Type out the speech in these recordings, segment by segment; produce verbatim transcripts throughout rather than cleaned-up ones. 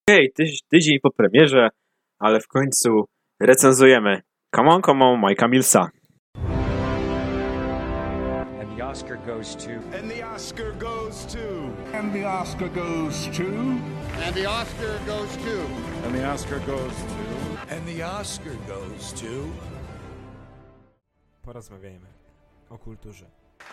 Hej, tyś, tydzień po premierze, ale w końcu recenzujemy Come On, Come On Mike'a Millsa. And the Oscar goes to... And the Oscar goes to... And the Oscar goes to... And the Oscar goes to... And the Oscar goes to... And the Oscar goes to... Porozmawiajmy o kulturze.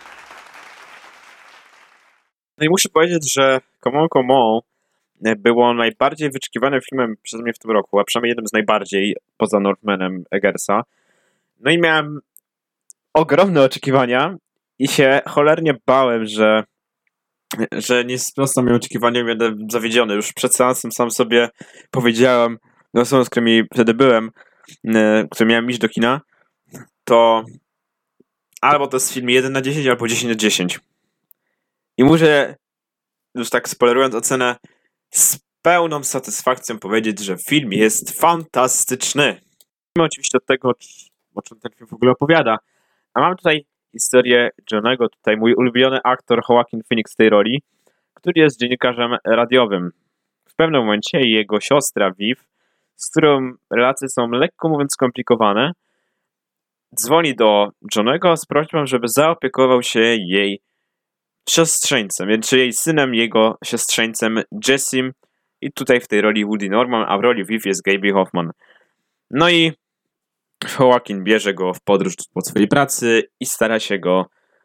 No i muszę powiedzieć, że Come On, Come On było najbardziej wyczekiwanym filmem przez mnie w tym roku, a przynajmniej jednym z najbardziej, poza Northmanem Eggersa. No i miałem ogromne oczekiwania i się cholernie bałem, że, że nie sprostam moim oczekiwaniom i będę zawiedziony. Już przed seansem sam sobie powiedziałem, no osobom, z którymi wtedy byłem, który miałem iść do kina, to albo to jest film jeden na dziesięć, albo dziesięć na dziesięć. I muszę, już tak spoilerując ocenę, z pełną satysfakcją powiedzieć, że film jest fantastyczny. Zacznijmy oczywiście od tego, o czym ten film w ogóle opowiada. A mam tutaj historię Johnego, tutaj mój ulubiony aktor Joaquin Phoenix w tej roli, który jest dziennikarzem radiowym. W pewnym momencie jego siostra Viv, z którą relacje są lekko mówiąc skomplikowane, dzwoni do Johnego z prośbą, żeby zaopiekował się jej siostrzeńcem, więc jej synem, jego siostrzeńcem Jessim, i tutaj w tej roli Woody Norman, a w roli Viv jest Gaby Hoffman. No i Joaquin bierze go w podróż po swojej pracy i stara się go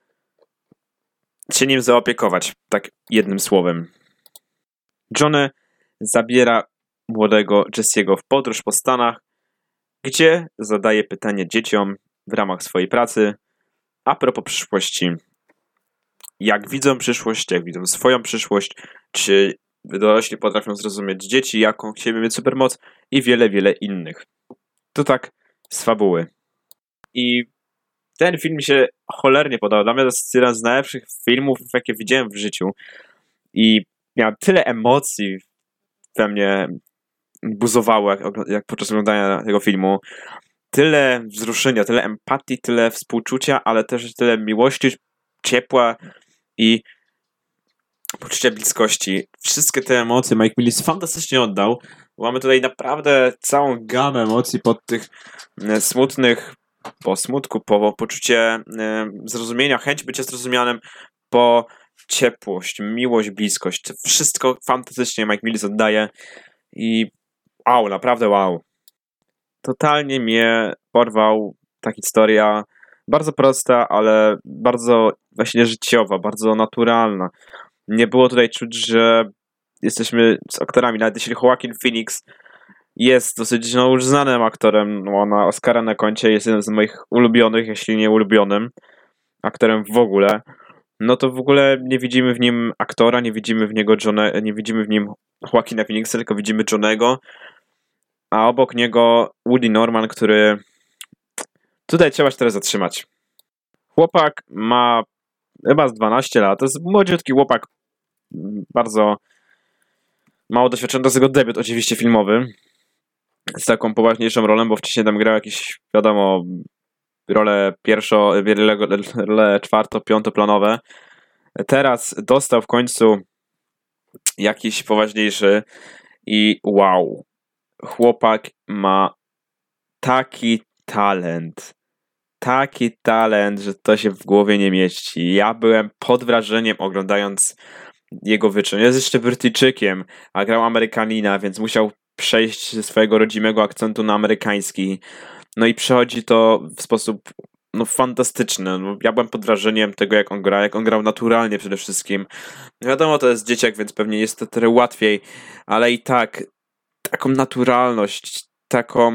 się nim zaopiekować, tak jednym słowem. Johnny zabiera młodego Jessiego w podróż po Stanach, gdzie zadaje pytanie dzieciom w ramach swojej pracy a propos przyszłości. Jak widzą przyszłość, jak widzą swoją przyszłość, czy dorośli potrafią zrozumieć dzieci, jaką chcieliby mieć supermoc i wiele, wiele innych. To tak z fabuły. I ten film mi się cholernie podobał. Dla mnie to jest jeden z najlepszych filmów, jakie widziałem w życiu. I miałem tyle emocji we mnie buzowało, jak, jak podczas oglądania tego filmu. Tyle wzruszenia, tyle empatii, tyle współczucia, ale też tyle miłości, ciepła i poczucia bliskości. Wszystkie te emocje Mike Mills fantastycznie oddał. Mamy tutaj naprawdę całą gamę emocji pod tych e, smutnych, po smutku, po poczucie e, zrozumienia, chęć bycia zrozumianym, po ciepłość, miłość, bliskość. To wszystko fantastycznie Mike Mills oddaje i wow, naprawdę wow. Totalnie mnie porwał ta historia. Bardzo prosta, ale bardzo właśnie życiowa, bardzo naturalna. Nie było tutaj czuć, że jesteśmy z aktorami, nawet jeśli Joaquin Phoenix jest dosyć no, już znanym aktorem, no, ma Oscara na koncie, jest jednym z moich ulubionych, jeśli nie ulubionym aktorem w ogóle, no to w ogóle nie widzimy w nim aktora, nie widzimy w niego Johne, nie widzimy w nim Joaquina Phoenixa, tylko widzimy Johnego, a obok niego Woody Norman, który tutaj trzeba się teraz zatrzymać. Chłopak ma chyba z dwanaście lat, to jest młodziutki chłopak, bardzo mało doświadczony, to jest jego debiut oczywiście filmowy, z taką poważniejszą rolą, bo wcześniej tam grał jakieś, wiadomo, role pierwszo, role czwarto, piątoplanowe. Teraz dostał w końcu jakiś poważniejszy i wow, chłopak ma taki talent, taki talent, że to się w głowie nie mieści. Ja byłem pod wrażeniem oglądając jego wyczyn. Jest jeszcze Brytyjczykiem, a grał Amerykanina, więc musiał przejść ze swojego rodzimego akcentu na amerykański. No i przechodzi to w sposób no, fantastyczny. No, ja byłem pod wrażeniem tego, jak on gra, jak on grał naturalnie przede wszystkim. Wiadomo, to jest dzieciak, więc pewnie jest to trochę łatwiej, ale i tak taką naturalność, taką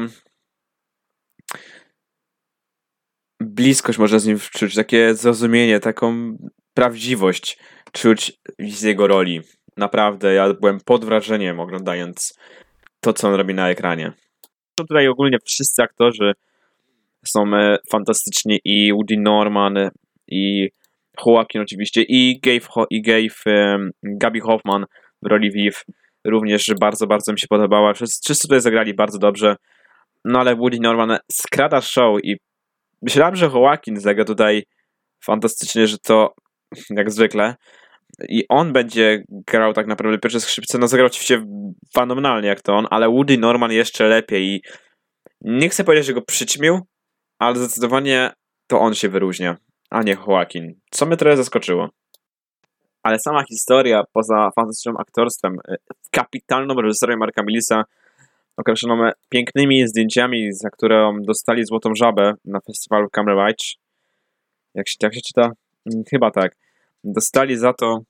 bliskość można z nim czuć, takie zrozumienie, taką prawdziwość czuć z jego roli. Naprawdę, ja byłem pod wrażeniem oglądając to, co on robi na ekranie. Tutaj ogólnie wszyscy aktorzy są e, fantastyczni i Woody Norman i Joaquin oczywiście i Gabe, i Gabe e, Gaby Hoffman w roli Viv również bardzo, bardzo mi się podobała. Wszyscy, wszyscy tutaj zagrali bardzo dobrze, no ale Woody Norman skrada show i myślałem, że Joaquin zagra tutaj fantastycznie, że to jak zwykle, I on będzie grał tak naprawdę pierwsze skrzypce. No zagrał oczywiście fenomenalnie jak to on, ale Woody Norman jeszcze lepiej. I nie chcę powiedzieć, że go przyćmił, ale zdecydowanie to on się wyróżnia, a nie Joaquin. Co mnie trochę zaskoczyło. Ale sama historia, poza fantastycznym aktorstwem, kapitalną reżyserią Marka Millisa, określoną pięknymi zdjęciami, za które dostali Złotą Żabę na festiwalu Camera Ridge. Jak się, jak się czyta? Chyba tak. Dostali za to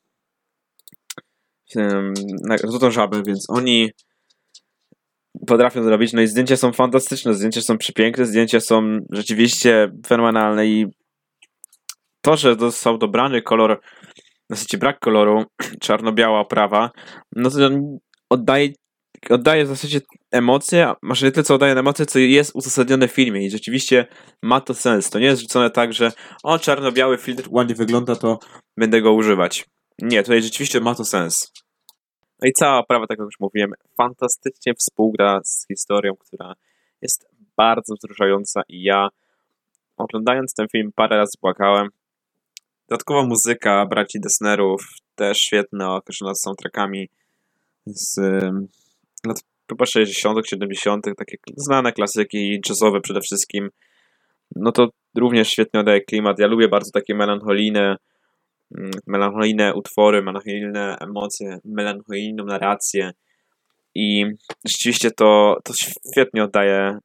um, Złotą Żabę, więc oni potrafią zrobić. No i zdjęcia są fantastyczne, zdjęcia są przepiękne, zdjęcia są rzeczywiście fenomenalne i to, że został dobrany kolor, w zasadzie brak koloru, czarno-biała oprawa, no to oddaje, oddaje w zasadzie emocje, a może nie tyle co oddaje emocje, co jest uzasadnione w filmie i rzeczywiście ma to sens. To nie jest rzucone tak, że o, czarno-biały filtr ładnie wygląda, to będę go używać. Nie, tutaj rzeczywiście ma to sens. No i cała oprawa, tak jak już mówiłem, fantastycznie współgra z historią, która jest bardzo wzruszająca i ja oglądając ten film parę razy płakałem. Dodatkowa muzyka braci Dessnerów, też świetna, określona z soundtrackami z lat chyba sześćdziesiątych, siedemdziesiątych, takie znane klasyki, jazzowe przede wszystkim. No to również świetnie oddaje klimat. Ja lubię bardzo takie melancholijne, melancholijne utwory, melancholijne emocje, melancholijną narrację i rzeczywiście to, to świetnie oddaje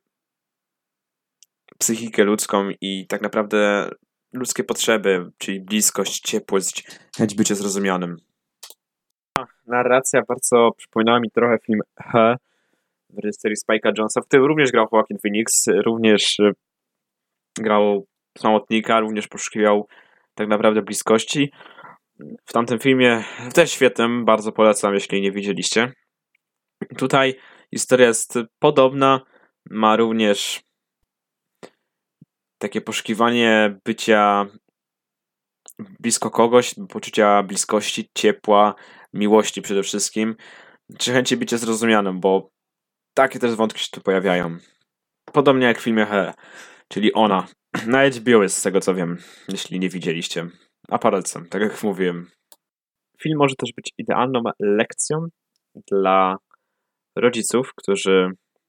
psychikę ludzką i tak naprawdę ludzkie potrzeby, czyli bliskość, ciepłość, chęć bycia zrozumianym. Narracja bardzo przypominała mi trochę film He w reżyserii Spike'a Jonesa, w którym również grał Joaquin Phoenix, również grał samotnika, również poszukiwał tak naprawdę bliskości. W tamtym filmie też świetnym, bardzo polecam, jeśli nie widzieliście. Tutaj historia jest podobna, ma również takie poszukiwanie bycia blisko kogoś, poczucia bliskości, ciepła, miłości przede wszystkim, czy chęci bycia zrozumianym, bo takie też wątki się tu pojawiają. Podobnie jak w filmie He, czyli Ona. Na H B O jest, z tego co wiem, jeśli nie widzieliście. A polecam, tak jak mówiłem. Film może też być idealną lekcją dla rodziców, którzy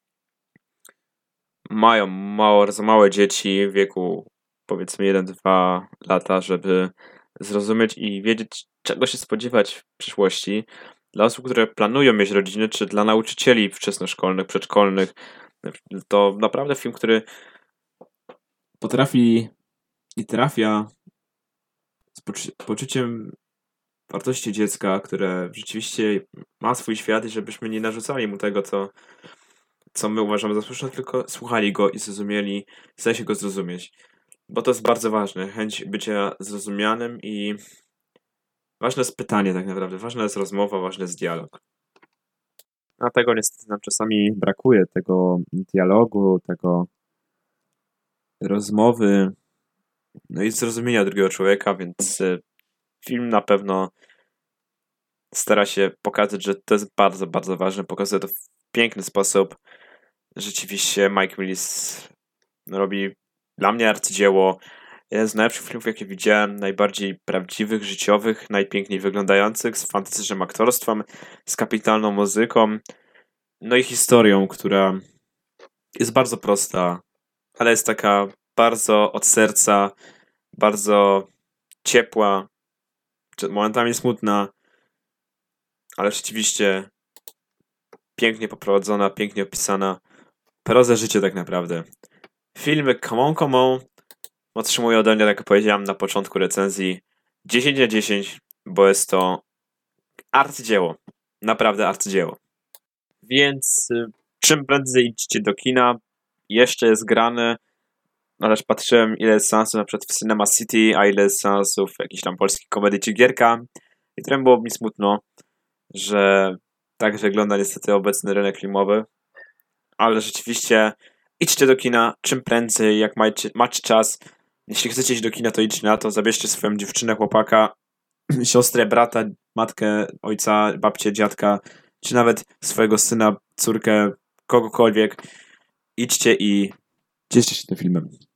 mają mało, za małe dzieci w wieku powiedzmy jeden dwa lata, żeby zrozumieć i wiedzieć, czego się spodziewać w przyszłości. Dla osób, które planują mieć rodziny, czy dla nauczycieli wczesnoszkolnych, przedszkolnych, to naprawdę film, który potrafi i trafia z poczu- poczuciem wartości dziecka, które rzeczywiście ma swój świat i żebyśmy nie narzucali mu tego, co, co my uważamy za słuszne, tylko słuchali go i zrozumieli, starali się go zrozumieć. Bo to jest bardzo ważne, chęć bycia zrozumianym i ważne jest pytanie tak naprawdę, ważna jest rozmowa, ważny jest dialog. A tego niestety nam czasami brakuje, tego dialogu, tego rozmowy, no i zrozumienia drugiego człowieka, więc film na pewno stara się pokazać, że to jest bardzo, bardzo ważne, pokazuje to w piękny sposób. Rzeczywiście Mike Mills robi dla mnie arcydzieło. Jeden z najlepszych filmów, jakie widziałem, najbardziej prawdziwych, życiowych, najpiękniej wyglądających, z fantastycznym aktorstwem, z kapitalną muzyką, no i historią, która jest bardzo prosta, ale jest taka bardzo od serca, bardzo ciepła, momentami smutna, ale rzeczywiście pięknie poprowadzona, pięknie opisana. Proza życia tak naprawdę. Filmy Come On, Come On otrzymują ode mnie, tak jak powiedziałem na początku recenzji, dziesięć na dziesięć, bo jest to arcydzieło. Naprawdę arcydzieło. Więc czym prędzej idźcie do kina. Jeszcze jest grane. Ależ patrzyłem, ile jest seansów na przykład w Cinema City, a ile jest seansów w jakiejś tam polskiej komedii czy gierka. I trochę było mi smutno, że tak wygląda niestety obecny rynek filmowy. Ale rzeczywiście idźcie do kina czym prędzej, jak macie, macie czas. Jeśli chcecie iść do kina, to idźcie na to. Zabierzcie swoją dziewczynę, chłopaka, siostrę, brata, matkę, ojca, babcię, dziadka, czy nawet swojego syna, córkę, kogokolwiek. Idźcie i cieszcie się tym filmem.